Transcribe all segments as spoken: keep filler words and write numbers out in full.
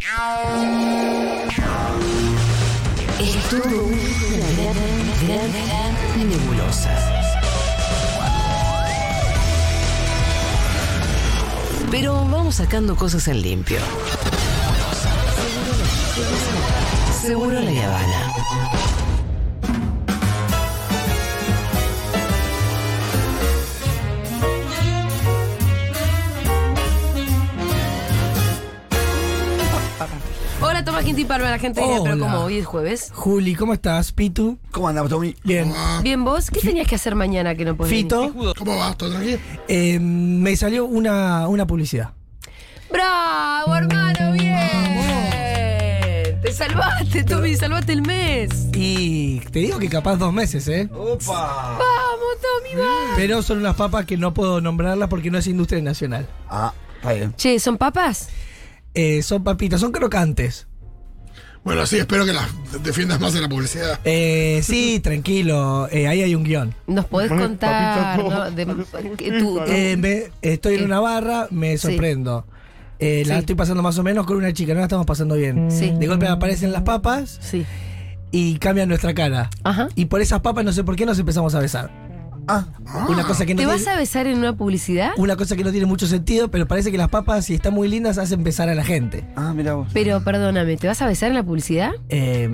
Es todo una gran, gran, gran nebulosa. Pero vamos sacando cosas en limpio. Seguro la Habana. Hola, Tomás Quintín Palma, la gente diría, pero como hoy es jueves. Juli, ¿cómo estás? Pitu. ¿Cómo andamos, Tommy? Bien. Bien, ¿vos? ¿Qué tenías que hacer mañana que no podés Fito. venir? ¿Cómo vas? ¿Todo tranquilo? Eh, me salió una, una publicidad. ¡Bravo, hermano! ¡Bien! Te salvaste, Tommy, salvaste el mes. Y te digo que capaz dos meses, ¿eh? ¡Opa! ¡Vamos, Tommy, va! Pero son unas papas que no puedo nombrarlas porque no es industria nacional. Ah, está bien. Che, ¿son papas? Eh, son papitas, son crocantes. Bueno, sí, espero que las defiendas más en la publicidad. Eh, sí, tranquilo. Eh, ahí hay un guión. ¿Nos podés contar, no? De, que tú, Eh, me- estoy ¿Qué? en una barra, me Sí. sorprendo. Eh, la Sí. estoy pasando más o menos con una chica, no la estamos pasando bien. Sí. De golpe aparecen las papas Sí. y cambian nuestra cara. Ajá. Y por esas papas no sé por qué nos empezamos a besar. Ah, Una cosa que no ¿Te tiene, vas a besar en una publicidad? una cosa que no tiene mucho sentido, pero parece que las papas, si están muy lindas, hacen besar a la gente. ah, mira vos. Pero perdóname, ¿te vas a besar en la publicidad? Eh,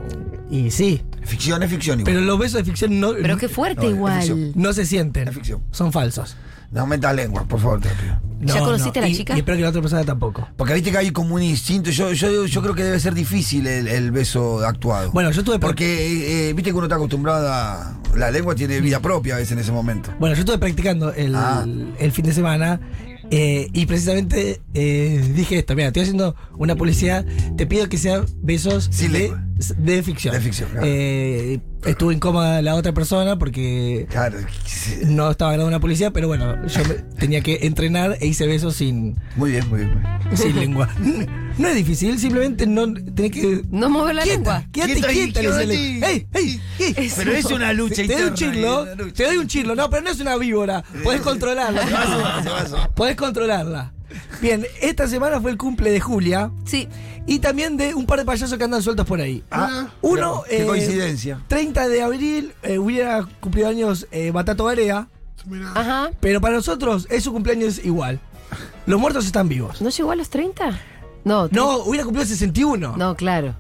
y sí. Ficción es ficción igual. Pero los besos de ficción no, Pero qué fuerte no, es igual. ficción. no se sienten. Es ficción. Son falsos. No metas lengua, por favor, te lo pido. ¿Ya No, conociste no. a la Y- chica? Y espero que la otra persona tampoco. Porque viste que hay como un instinto. Yo, yo, yo creo que debe ser difícil el, el beso actuado. Bueno, yo tuve Porque eh, eh, viste que uno está acostumbrado a. La lengua tiene vida propia a veces en ese momento. Bueno, yo estuve practicando el, Ah. el fin de semana eh, y precisamente eh, dije esto, mira, estoy haciendo una publicidad, te pido que sean besos Sin de, lengua. de ficción. De ficción, claro. Eh, estuvo incómoda la otra persona porque Claro. no estaba grabando una publicidad, pero bueno, yo me- tenía que entrenar e hice besos sin, Muy bien, muy bien. Muy bien. sin lengua. No es difícil, simplemente no tenés que... No mover la quieta, lengua. Quédate Quieta quieta, ahí, le dice, quédate. ¡Ey, ey, ey! Eso. Pero es una lucha Te, te doy un interna, chirlo, es una lucha. te doy un chirlo, no, pero no es una víbora, podés controlarla. Se va, se va, se va. Podés controlarla. Bien, esta semana fue el cumple de Julia Sí. y también de un par de payasos que andan sueltos por ahí. Ah, Uno, qué eh, coincidencia. treinta de abril, eh, hubiera cumplido años eh, Batato Barea, Mirá. Ajá. pero para nosotros es su cumpleaños igual. Los muertos están vivos. ¿No llegó a los treinta? No. tre- No, hubiera cumplido sesenta y uno. No, claro.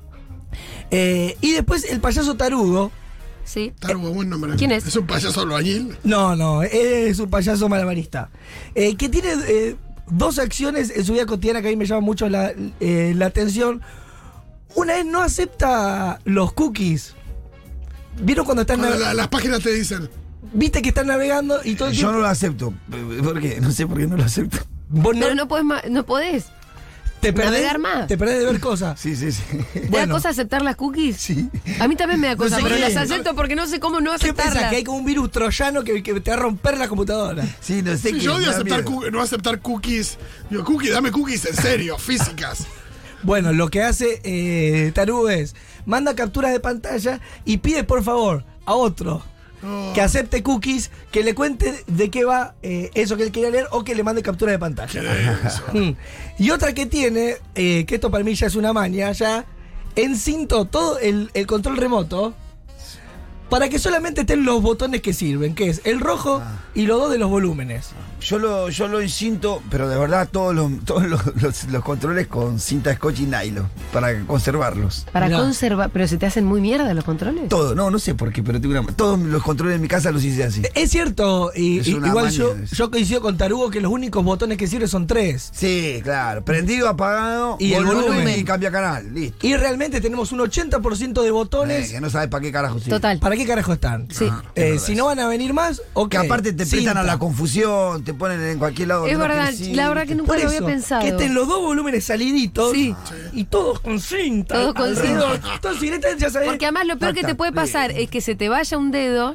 Eh, y después el payaso Tarugo. Sí. Tarugo, buen nombre. ¿Quién es? ¿Es un payaso albañil? No, no, es un payaso malabarista. Eh, que tiene eh, dos acciones en su vida cotidiana que a mí me llaman mucho la, eh, la atención. Una es no acepta los cookies. ¿Vieron cuando están Cuando nav- la- las páginas te dicen. Viste que están navegando y todo el Yo tiempo. no lo acepto. ¿Por qué? No sé por qué no lo acepto. Vos no, Pero no podés, ma- no podés. te perdés, navegar más. te perdés de ver cosas. Sí, sí, sí. ¿Te Bueno. da cosa aceptar las cookies? Sí. A mí también me da cosa, sé pero qué. las acepto porque no sé cómo no ¿Qué pensás? aceptarlas. Que hay como un virus troyano que, que te va a romper la computadora. Sí, no sé Sí, qué. yo odio me da aceptar miedo. cookies, no aceptar cookies. Digo, cookies, dame cookies en serio, físicas. Bueno, lo que hace eh, Tarugo es manda capturas de pantalla y pide por favor a otro No. que acepte cookies, que le cuente de qué va eh, eso que él quiere leer o que le mande captura de ¿Qué pantalla. es eso? Mm. Y otra que tiene, eh, que esto para mí ya es una maña, ya encintó todo el, el control remoto para que solamente estén los botones que sirven, que es el rojo y los dos de los volúmenes. Yo lo, yo lo incinto, pero de verdad todos los, todos los, los- los controles con cinta scotch y nylon para conservarlos. Para Mirá. conservar. ¿Pero se te hacen muy mierda los controles? Todo, no, no sé por qué, pero tengo una, todos los controles de mi casa los hice así. Es cierto, y, Es y- una igual maña yo, eso. yo coincido con Tarugo que los únicos botones que sirven son tres. Sí, claro. Prendido, apagado, Y el volumen. y cambia canal. Listo. Y realmente tenemos un ochenta por ciento de botones. Eh, que no sabes para qué carajo sirve. Total. ¿Para qué carajo están? Sí. Ah, Eh, es verdad si eso. no van a venir más, o Que aparte te prestan a la confusión, te ponen en cualquier lado. Es donde no verdad, quieres ir. la verdad que nunca Por lo había eso, pensado. que estén los dos volúmenes saliditos Sí. y todos con cinta. Todos con alrededor. Entonces, directamente ya sabés. Porque además lo peor que te Falta. puede pasar es que se te vaya un dedo,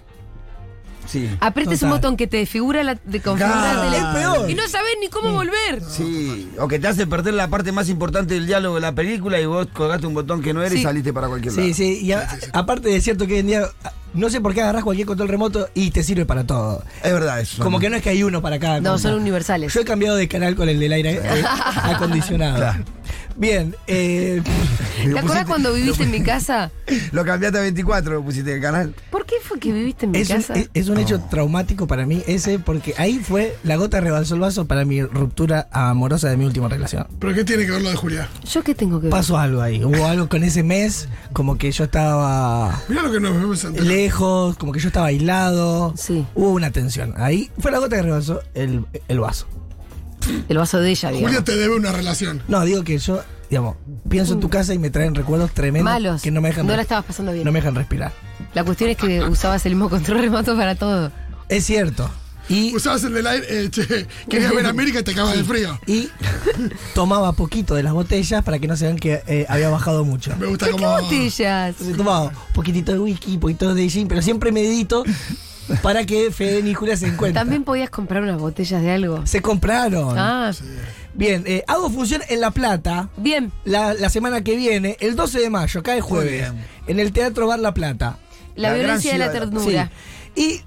Sí. apretes un Total. botón que te desfigura la, de configurar Claro. el teléfono Es peor. y no sabes ni cómo volver. Sí, o que te hace perder la parte más importante del diálogo de la película y vos colgaste un botón que no era Sí. y saliste para cualquier lado. Sí, sí. Y a- aparte de cierto que hoy en día, no sé por qué agarrás cualquier control remoto y te sirve para todo. Es verdad eso. Como que no es que hay uno para cada No, cosa. son universales. Yo he cambiado de canal con el del aire eh, acondicionado. Claro. Bien, eh, ¿Te acuerdas cuando viviste en mi casa? Lo cambiaste a veinticuatro, lo pusiste en el canal. ¿Por qué fue que viviste en mi es, un, casa? es, es un hecho traumático para mí ese, porque ahí fue la gota que rebalsó el vaso para mi ruptura amorosa de mi última relación. ¿Pero qué tiene que ver lo de Julia? ¿Yo qué tengo que ver? Pasó algo ahí, hubo algo con ese mes, como que yo estaba Mirá lo que nos vemos antes. lejos, como que yo estaba aislado. Sí. Hubo una tensión. Ahí fue la gota que rebasó el, el vaso. El vaso de ella, digamos. Julia te debe una relación. No, digo que yo, digamos, pienso en tu casa y me traen recuerdos tremendos Malos. que no me dejan No res- la estabas pasando bien. no me dejan respirar. La cuestión es que usabas el mismo control remoto para todo. Es cierto. Y, Usabas el del aire, eh, che, querías ver América y te acabas de frío. y tomaba poquito de las botellas para que no se vean que eh, había bajado mucho. Me gusta ¿Qué como. botellas? Entonces tomaba un poquitito de whisky, un poquito de gin, pero siempre medito para que Fede y Julia se encuentren. También podías comprar unas botellas de algo. Se compraron. Ah, Bien, eh, hago función en La Plata bien. la, la semana que viene, el doce de mayo, cae jueves, bien. en el Teatro Bar La Plata. La, La gran violencia de la ciudad. ternura. Sí. Y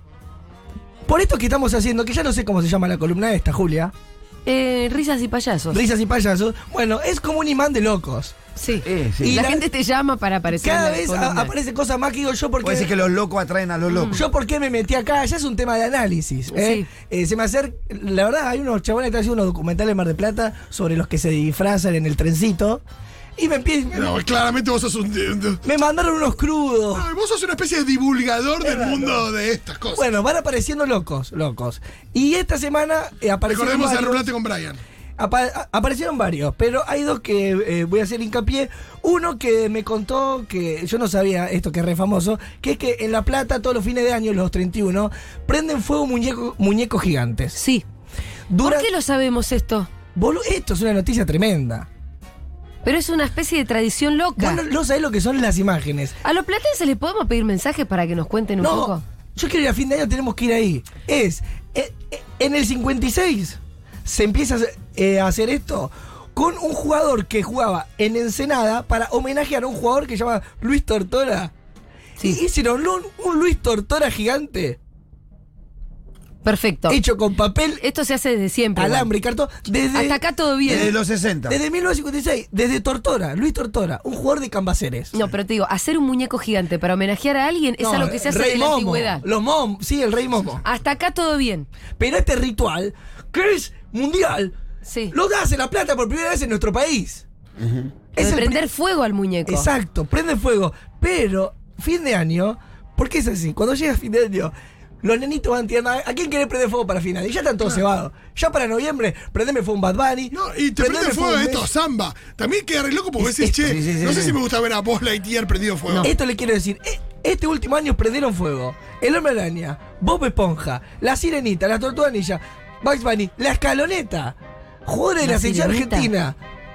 por esto que estamos haciendo, que ya no sé cómo se llama la columna esta, Julia, Eh, risas y payasos. risas y payasos, bueno, es como un imán de locos. Sí. Eh, sí. Y la, la- gente te llama para aparecer. Cada en la vez columna. a- aparecen cosas más que digo yo porque... Puede ser que los locos atraen a los locos. Yo por qué me metí acá, ya es un tema de análisis. ¿eh? Eh, se me acerca, la verdad, hay unos chabones que están haciendo unos documentales en Mar del Plata sobre los que se disfrazan en el trencito. Y me empiezan... No, claramente vos sos un. un- Me mandaron unos crudos. No, vos sos una especie de divulgador del mundo de estas cosas. Bueno, van apareciendo locos, locos. Y esta semana eh, aparecieron Recordemos a varios, Rulate con Brian. apa- a- aparecieron varios, pero hay dos que eh, voy a hacer hincapié. Uno que me contó, que yo no sabía esto que es re famoso, que es que en La Plata todos los fines de año, los treinta y uno, prenden fuego muñeco- muñecos gigantes. Sí. Dura- ¿Por qué lo sabemos esto? Bolu- esto es una noticia tremenda. Pero es una especie de tradición loca. Vos no, no sabés lo que son las imágenes. ¿A los platenses les podemos pedir mensajes para que nos cuenten un No, poco? yo quiero ir a fin de año, tenemos que ir ahí. Es, eh, eh, en el cincuenta y seis se empieza a hacer, eh, a hacer esto con un jugador que jugaba en Ensenada para homenajear a un jugador que se llama Luis Tortora. Sí. Y hicieron un, un Luis Tortora gigante, Perfecto. hecho con papel, Esto se hace desde siempre. alambre y cartón, desde, Hasta acá todo bien. Desde los sesenta. desde mil novecientos cincuenta y seis, desde Tortora, Luis Tortora, un jugador de Cambaceres. No, pero te digo, hacer un muñeco gigante para homenajear a alguien es No, algo que se hace Rey en la Momo, antigüedad. Los Mom, sí, el Rey Momo. Hasta acá todo bien. Pero este ritual, que es mundial, Sí. lo hace La Plata por primera vez en nuestro país. De el prender pri- fuego al muñeco. Exacto, prende fuego. Pero, fin de año, ¿por qué es así? Cuando llega fin de año, los nenitos van tirando. ¿A quién quiere prender fuego para fin de año? Y ya están todos cebados. Ya para noviembre, prendeme fuego un Bad Bunny. No, y te prendeme prende fuego un esto, Messi. samba. También queda re loco porque Es decís, esto. che, Sí, sí, sí, no sé sí. si me gusta ver a vos Lightyear prendido fuego. Esto le quiero decir. e- Este último año prendieron fuego El Hombre Araña, Bob Esponja, La Sirenita, La Tortuga Ninja, Bugs Bunny, La Escaloneta, jugadores de La la selección Sirenita. argentina.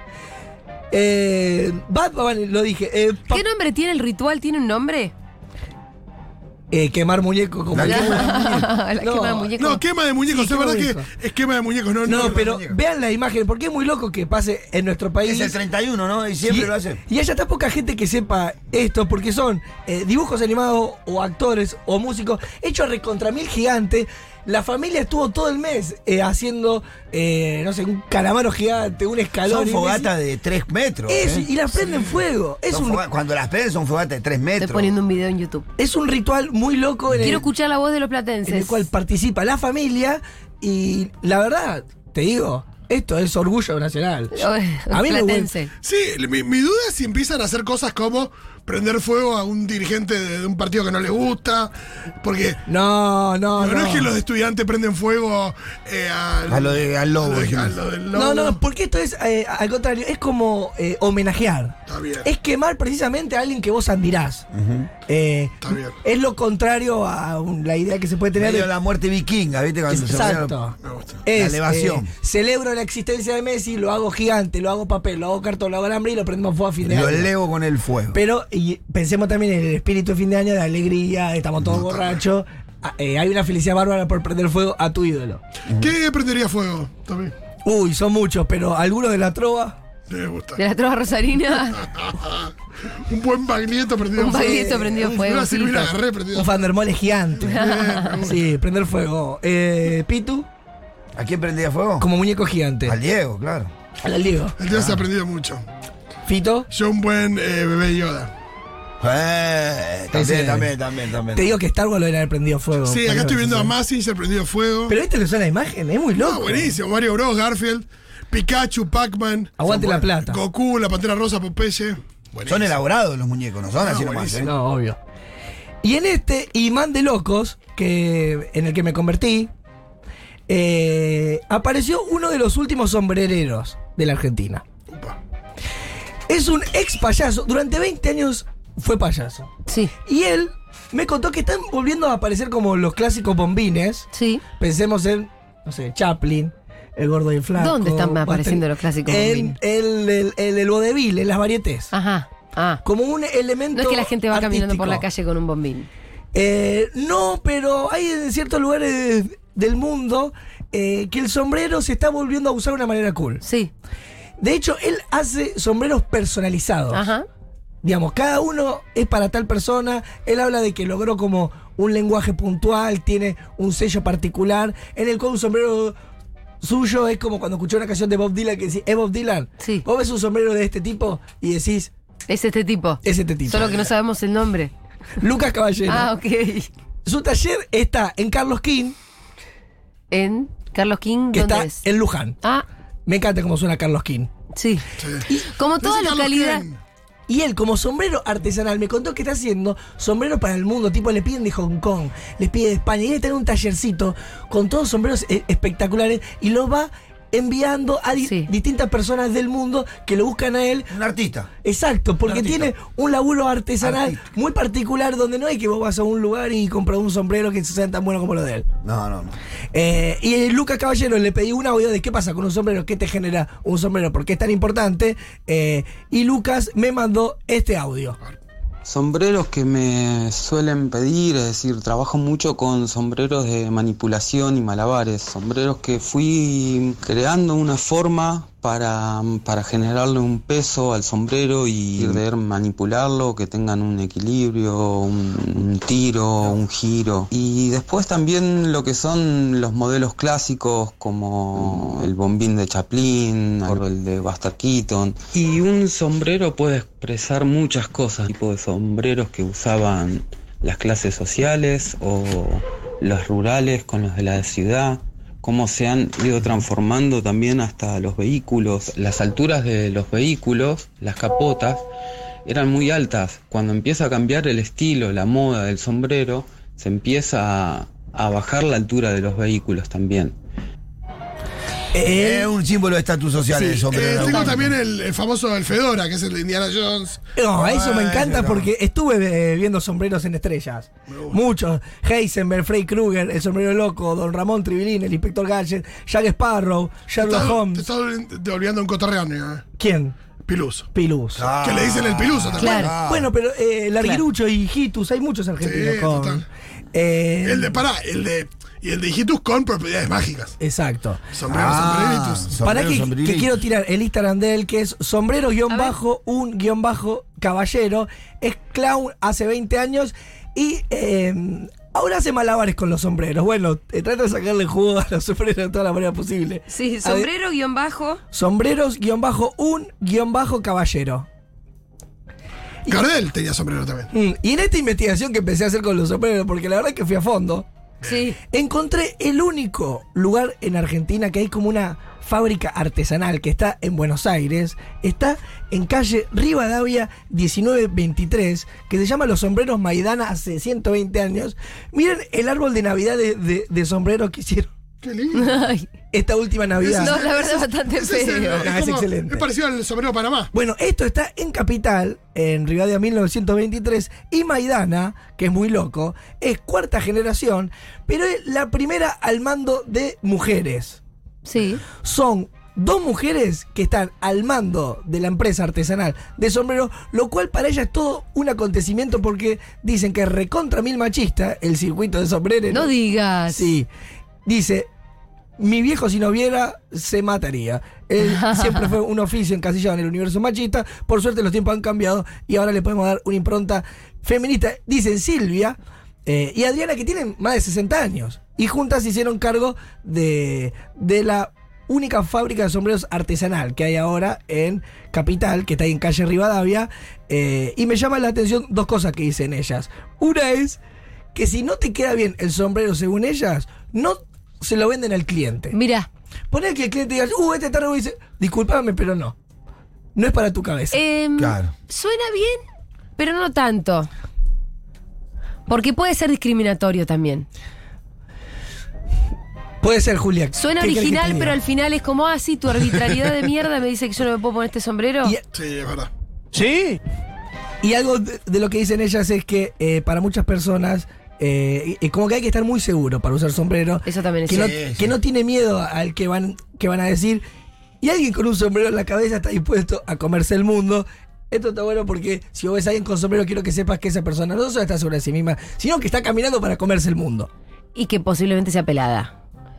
Eh, Bad Bunny, lo dije. Eh, pa- ¿Qué nombre tiene el ritual? ¿Tiene un nombre? eh, quemar muñecos como La que- La No, quema de muñeco. No, quema de muñecos, Sí, es verdad quema de que muñecos. es quema de muñecos, no, No, no, pero muñecos. vean la imagen, porque es muy loco que pase en nuestro país. Es el treinta y uno, ¿no? Y siempre y, lo hace. y haya tan poca gente que sepa esto, porque son eh, dibujos animados o actores o músicos hechos recontra mil gigantes. La familia estuvo todo el mes eh, haciendo, eh, no sé, un calamaro gigante, un escalón. Son y fogatas de tres metros. Eso, ¿eh? y las prenden fuego. Es Son un, foga- Cuando las prenden son fogatas de tres metros. Estoy poniendo un video en YouTube. es un ritual muy loco en Quiero el, escuchar la voz de los en platenses. el cual participa la familia. Y la verdad, te digo, esto es orgullo nacional. A mí me Platense. Sí, mi, mi duda es si empiezan a hacer cosas como prender fuego a un dirigente de, de un partido que no le gusta. Porque No, no, no, no. es que los de estudiantes prenden fuego eh, al, A lo de- al lobo, a lo de- dijimos. a lo del lobo. No, no, porque esto es, eh, al contrario, es como eh, homenajear. Está bien. Es quemar precisamente a alguien que vos admirás. Eh, Está bien. Es lo contrario a un- la idea que se puede tener. Medio de- la muerte vikinga, ¿viste? Cuando se Exacto. Me gusta. Es, La elevación. eh, celebro la existencia de Messi, lo hago gigante, lo hago papel, lo hago cartón, lo hago alambre y lo prendemos fuego a fin de Lo año. elevo con el fuego. Pero y pensemos también en el espíritu de fin de año, de alegría, estamos todos borrachos. Ah, eh, hay una felicidad bárbara por prender fuego a tu ídolo. ¿Qué prendería fuego? También. Uy, son muchos, pero algunos de la trova. Me gusta. De la trova rosarina. Un buen baglietto prendido Un fuego. baglietto prendido Una fuego. Silvina sí. agarré prendido Un fuego. Fandermole gigante. Sí, prender fuego. Eh, Pitu, ¿A quién prendía fuego? como muñeco gigante. Al Diego, claro. Al Diego. El tío se ha aprendido mucho. Fito, Yo un buen eh, bebé Yoda. Eh, también, Ese- también, también, también. te digo que Star Wars lo era prendido fuego. Sí, acá Bueno, estoy viendo sí. a Massinger prendido fuego. Pero viste lo que son la imagen, es muy loco. No, buenísimo. Mario Bros, Garfield, Pikachu, Pac-Man, Aguante la plata. Goku, la Pantera Rosa, Popeye. Buenísimo. Son elaborados los muñecos, no son No, así nomás. buenísimo. ¿eh? No, obvio. Y en este imán de locos, que en el que me convertí, eh, apareció uno de los últimos sombrereros de la Argentina. Upa. Es un ex payaso, durante veinte años fue payaso. Sí, Y él me contó que están volviendo a aparecer como los clásicos bombines. sí. Pensemos en, no sé, Chaplin, el gordo y el flaco. ¿Dónde están Buster- apareciendo los clásicos en, bombines? El, el, el, el vodevil, en las varietés. Ajá. Ah. Como un elemento No es que la gente va caminando por la artístico. calle con un bombín. Eh, no, pero hay en ciertos lugares del mundo eh, que el sombrero se está volviendo a usar de una manera cool. Sí. De hecho, él hace sombreros personalizados. Ajá. Digamos, cada uno es para tal persona. Él habla de que logró como un lenguaje puntual, tiene un sello particular, en el cual un sombrero suyo es como cuando escuché una canción de Bob Dylan que decía, ¿es Bob Dylan? Sí. Vos ves un sombrero de este tipo y decís, Es este tipo. es este tipo. Solo que no sabemos el nombre. Lucas Caballero. Ah, ok. Su taller está en Carlos King, En Carlos King, que ¿dónde está es? en Luján. Ah, Me encanta cómo suena Carlos King. sí. Sí. Como toda Ese Carlos localidad. Ken. Y él, como sombrero artesanal, me contó que está haciendo sombreros para el mundo. Tipo, le piden de Hong Kong, les pide de España. Y él tiene un tallercito con todos sombreros eh, espectaculares y los va enviando a di- Sí. distintas personas del mundo que lo buscan a él. Un artista. Exacto, porque Un artista. tiene un laburo artesanal Artista. muy particular donde no hay que vos vas a un lugar y compras un sombrero que sea tan bueno como lo de él. No, no, no. Eh, y eh, Lucas Caballero le pedí un audio de qué pasa con un sombrero, qué te genera un sombrero, por qué es tan importante. eh, y Lucas me mandó este audio. Sombreros que me suelen pedir, es decir, trabajo mucho con sombreros de manipulación y malabares, sombreros que fui creando una forma para, para generarle un peso al sombrero y poder manipularlo, que tengan un equilibrio, un, un tiro, un giro. Y después también lo que son los modelos clásicos como el bombín de Chaplin, o el de Buster Keaton. Y un sombrero puede expresar muchas cosas, tipo de sombreros que usaban las clases sociales o los rurales con los de la ciudad, cómo se han ido transformando también hasta los vehículos. Las alturas de los vehículos, las capotas, eran muy altas. Cuando empieza a cambiar el estilo, la moda del sombrero, se empieza a, a bajar la altura de los vehículos también. Eh, Es un símbolo de estatus social sí, el sombrero. Eh, de tengo autor. también el, el famoso el Fedora, que es el de Indiana Jones. no, eso me Ay, encanta no. porque estuve eh, viendo sombreros en estrellas. Muchos. Heisenberg, Freddy Krueger, el sombrero loco, Don Ramón Tribilín, el inspector Gadget, Jack Sparrow, Sherlock Estás- Te Holmes. estás olvi- olvidando un coterráneo, eh. ¿Quién? Piluso. Pilus. Ah. Que le dicen el Piluso también. Claro. Ah. Bueno, pero eh, Larguirucho y Hitus, hay muchos argentinos Sí, con. total. eh, El de, pará, el de. Y el de Hijitus con propiedades mágicas. Exacto. Sombreros, Ah, sombreritos. Para sombrero, que, sombrerito. que quiero tirar el Instagram de él, que es sombrero guión A ver. bajo un guión bajo caballero. Es clown hace veinte años y eh, ahora hace malabares con los sombreros. Bueno, eh, trata de sacarle jugo a los sombreros de toda la manera posible. Sí, A ver, sombrero guión bajo. sombreros guión bajo un guión bajo caballero. Gardel tenía sombrero también. Mm, y en esta investigación que empecé a hacer con los sombreros, porque la verdad es que fui a fondo, Sí. encontré el único lugar en Argentina que hay como una fábrica artesanal que está en Buenos Aires. Está en calle Rivadavia diecinueve veintitrés, que se llama Los Sombreros Maidana hace ciento veinte años. Miren el árbol de Navidad de, de, de sombreros que hicieron Qué lindo. Ay. esta última Navidad. No, la verdad es bastante Ese es, el- feo. es Ah, es como- excelente. es parecido al sombrero de Panamá. Bueno, esto está en Capital, en Rivadavia mil novecientos veintitrés, y Maidana, que es muy loco, es cuarta generación, pero es la primera al mando de mujeres. Sí. Son dos mujeres que están al mando de la empresa artesanal de sombreros, lo cual para ellas es todo un acontecimiento porque dicen que es recontra mil machista el circuito de sombreros. No digas. Sí. Dice, mi viejo si no viera, se mataría. Él siempre fue un oficio encasillado en el universo machista. Por suerte los tiempos han cambiado y ahora le podemos dar una impronta feminista. Dicen Silvia eh, y Adriana, que tienen más de sesenta años. Y juntas se hicieron cargo de, de la única fábrica de sombreros artesanal que hay ahora en Capital, que está ahí en calle Rivadavia. Eh, y me llama la atención dos cosas que dicen ellas. Una es que si no te queda bien el sombrero según ellas, no se lo venden al cliente. Mirá. Poner que el cliente diga, uh, este tarde dice, discúlpame, pero no. No es para tu cabeza. Em, Claro. Suena bien, pero no tanto. Porque puede ser discriminatorio también. Puede ser, Julia. Suena ¿Qué querés que original, te diga? pero al final es como, ah, sí, tu arbitrariedad de mierda me dice que yo no me puedo poner este sombrero. Y- Sí, es verdad. ¿Sí? Y algo de, de lo que dicen ellas es que eh, para muchas personas, eh, y- y como que hay que estar muy seguro para usar sombrero. Eso también es que no, cierto. Sí, que sí. no tiene miedo al que van, que van a decir. Y alguien con un sombrero en la cabeza está dispuesto a comerse el mundo. Esto está bueno porque si vos ves a alguien con sombrero, quiero que sepas que esa persona no solo está segura de sí misma, sino que está caminando para comerse el mundo. Y que posiblemente sea pelada.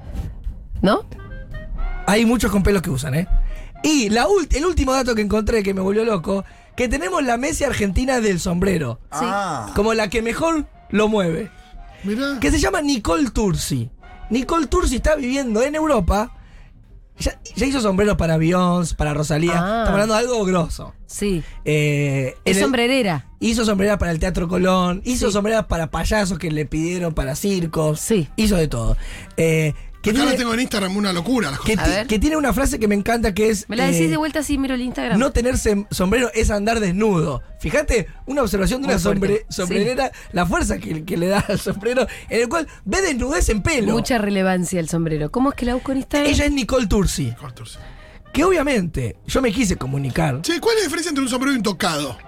¿No? Hay muchos con pelos que usan, ¿eh? Y la ult- el último dato que encontré que me volvió loco, que tenemos la Messi argentina del sombrero. Ah. Como la que mejor lo mueve. Mirá. Que se llama Nicole Tursi. Nicole Tursi está viviendo en Europa. Ya, ya hizo sombreros para Beyoncé, para Rosalía. Ah. Estamos hablando de algo grosso. Sí. Eh, Es en el- sombrerera. Hizo sombreras para el Teatro Colón. Hizo Sí. sombreras para payasos que le pidieron para circos. Sí. Hizo de todo. Eh, que, Acá tiene, la tengo en Instagram, una locura las que, cosas. A ti- ver. que tiene una frase que me encanta que es... ¿Me la eh, decís de vuelta así, miro el Instagram? no tener sem- sombrero es andar desnudo. Fíjate, una observación de Muy una sombre- fuerte. sombrerera, la fuerza que, que le da al sombrero, en el cual ve desnudez en pelo. Mucha relevancia el sombrero. ¿Cómo es que la busco en Instagram? Ella es Nicole Tursi, Cortos. que obviamente yo me quise comunicar. Che, ¿cuál es la diferencia entre un sombrero y un tocado?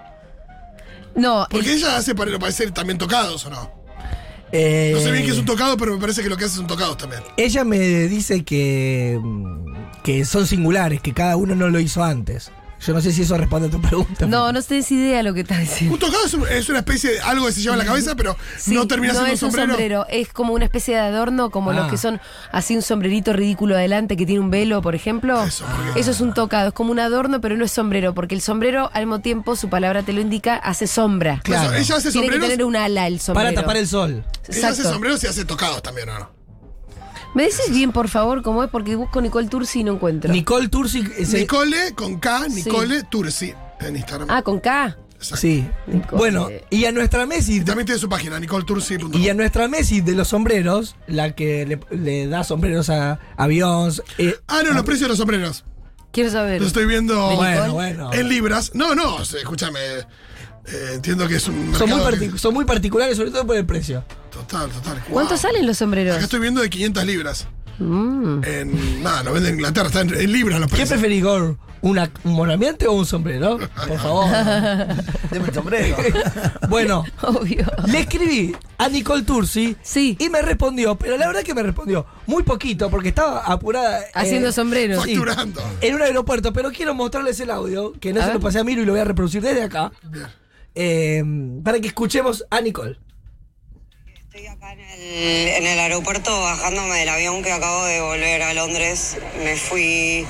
No, Porque el- ella hace para parecer también tocados, ¿o no? eh, No sé bien qué es un tocado, pero me parece que lo que hace son tocados también. Ella me dice que, mm, que son singulares, que cada uno no lo hizo antes. Yo no sé si eso responde a tu pregunta. no, no tenés idea lo que estás diciendo. Un tocado es, un- es una especie de algo que se lleva en la cabeza, pero Sí, no termina no siendo es un un sombrero. sombrero, es como una especie de adorno, como Ah. los que son así un sombrerito ridículo adelante que tiene un velo, por ejemplo. Eso, porque- Eso es un tocado, es como un adorno, pero no es sombrero, porque el sombrero, al mismo tiempo, su palabra te lo indica, hace sombra. Claro. Eso, ella hace Tiene que sombreros. tener un ala el sombrero. Para tapar el sol. Ella hace Exacto. sombreros y hace tocados también, ¿o no? ¿Me decís bien, por favor, cómo es? Porque busco Nicole Tursi y no encuentro. Nicole Tursi. ese- Nicole con K, Nicole Tursi en Instagram. Ah, con K. Exacto. Sí. Nicole. Bueno, y a nuestra Messi. Y también tiene su página, nicole tursi punto com. Y a nuestra Messi de los sombreros, la que le, le da sombreros a, a Beyoncé. eh, Ah, no, los precios de los sombreros. Quiero saber. Los estoy viendo bueno, bueno. en libras. No, no, o sea, escúchame. eh, entiendo que es un Son muy, mercado partic- que- son muy particulares, sobre todo por el precio. Total, total. ¿Cuánto Wow. salen los sombreros? Acá estoy viendo de quinientas libras. Mm. En, nada, lo venden en Inglaterra, está en, en libras los ¿Qué precios. preferís, Gor? ¿Una, ¿Un monamiento o un sombrero? Por favor. Deme el sombrero. Bueno, Obvio. le escribí a Nicole Tursi Sí. y me respondió, pero la verdad que me respondió muy poquito porque estaba apurada. eh, Haciendo sombreros. sí, Facturando. en un aeropuerto, pero quiero mostrarles el audio, que no A se lo ver. pasé a Miro y lo voy a reproducir desde acá, Bien. eh, para que escuchemos a Nicole. Estoy acá en el, en el aeropuerto bajándome del avión que acabo de volver a Londres. Me fui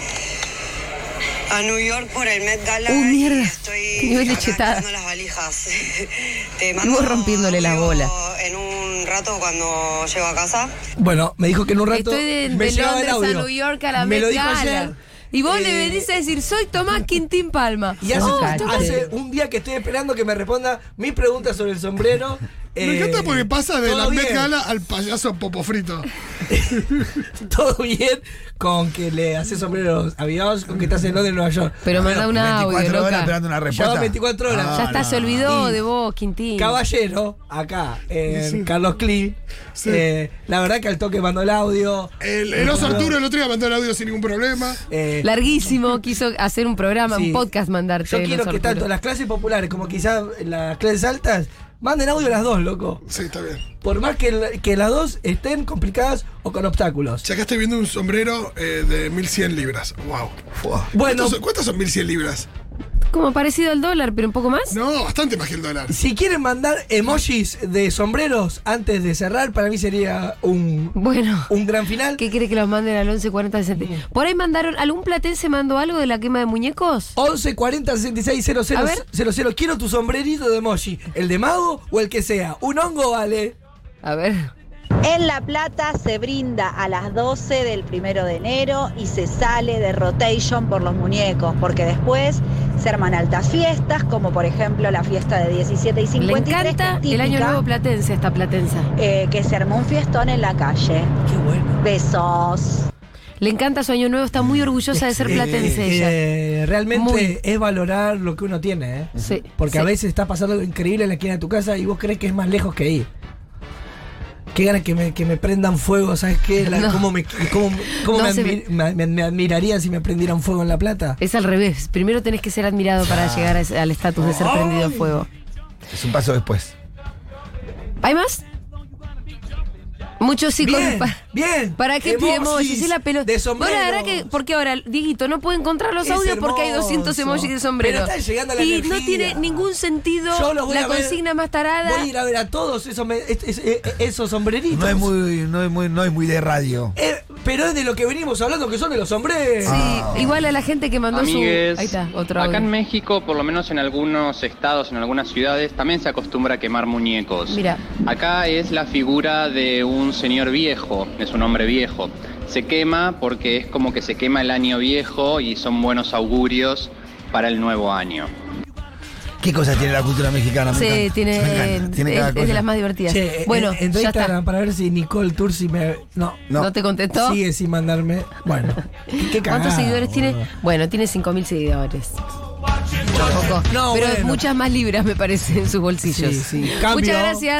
a New York por el Met Gala. Uh, mierda. y Qué estoy nivel de acá chetada. esperando las valijas. Te Y mando vos rompiéndole la audio bola. En un rato cuando llego a casa. Bueno, me dijo que en un rato Estoy de, me de llegaba el Londres a audio. New York a la Me Met lo dijo Gala. ayer. Y vos le Eh, venís a decir, soy Tomás Quintín Palma. Y hace, Oh, hace Tomás. un día que estoy esperando que me responda mis preguntas sobre el sombrero. Me Eh, encanta porque pasa de todo la Met bien. Gala al payaso Popo Frito. Todo bien con que le hace sombreros a Beyoncé, con que estás en Londres, Nueva York. Pero manda un audio, veinticuatro horas loca. esperando una Ya respuesta. van veinticuatro horas. Ah, Ya está, no. se olvidó Y- de vos, Quintín. Caballero, acá, en Sí. Carlos Cli. Sí. Eh, la verdad que al toque mandó el audio. El, el oso Arturo el otro día mandó el audio sin ningún problema. Eh, Larguísimo, quiso hacer un programa, sí. un podcast mandarte. Yo quiero Los que tanto Arturo. las clases populares como quizás las clases altas manden audio las dos, loco. Sí, está bien. Por más que, la- que las dos estén complicadas o con obstáculos. Ya acá estoy viendo un sombrero eh, de mil cien libras. Wow. Bueno, ¿Cuántos, ¿Cuántos son mil cien libras? Como parecido al dólar, pero un poco más. No, bastante más que el dólar. si quieren mandar emojis de sombreros antes de cerrar, para mí sería un, Bueno. un gran final. ¿Qué quiere que los manden al once cuarenta sesenta? Por ahí mandaron, ¿algún platense mandó algo de la quema de muñecos? once cuarenta sesenta y seis cero cero A ver. cero cero. Quiero tu sombrerito de emoji. ¿El de mago o el que sea? Un hongo vale. A ver. En La Plata se brinda a las doce del primero de enero y se sale de rotation por los muñecos, porque después se arman altas fiestas, como por ejemplo la fiesta de diecisiete y Le cincuenta y tres, encanta que es el año típica, nuevo platense, esta platensa. eh, que se armó un fiestón en la calle. Qué bueno. Besos. Le encanta su año nuevo, está muy orgullosa de ser Eh, platense eh, ella. eh, realmente Muy. es valorar lo que uno tiene, ¿eh? Sí, Porque sí. a veces está pasando algo increíble en la esquina de tu casa y vos crees que es más lejos que ir. Qué ganas que me, que me prendan fuego, ¿sabes qué? La- No. ¿Cómo, me, cómo, cómo No me, se admi- me- me- me admirarían si me prendieran fuego en La Plata? Es al revés. Primero tenés que ser admirado para llegar a ese- al estatus de ser prendido a fuego. Es un paso después. ¿Hay más? Muchos chicos. Bien, pa- bien. ¿Para qué pide emojis? Es la pelota. de Vos la verdad sombreros. que, porque ahora, Dieguito, no puede encontrar los Es audios porque hay hermoso. doscientos emojis de sombrero. Pero está llegando la y energía. no tiene ningún sentido Yo los voy la a ver. consigna más tarada. Voy a ir a ver a todos esos, me- es- es- es- esos sombreritos. No es muy, no es muy, no es muy de radio. Eh, pero es de lo que venimos hablando, que son de los sombreros. Sí, igual a la gente que mandó Amigues, su. Ahí está, otro acá audio. en México, por lo menos en algunos estados, en algunas ciudades, también se acostumbra a quemar muñecos. Mira. Acá es la figura de un señor viejo, es un hombre viejo. Se quema porque es como que se quema el año viejo y son buenos augurios para el nuevo año. ¿Qué cosas tiene la cultura mexicana? Me Sí, encanta. tiene, Me encanta. Tiene es, cada es de cosa. las más divertidas. Che, bueno, en, entré a ya está. Instagram para ver si Nicole Tursi me. No, ¿No, No. te contestó? sigue sin mandarme. Bueno, qué cagada, ¿Cuántos seguidores tiene? boludo. Bueno, tiene cinco mil seguidores. Tampoco. No, Pero bueno. muchas más libras me parece en sus bolsillos. Sí, sí. Cambio. Muchas gracias.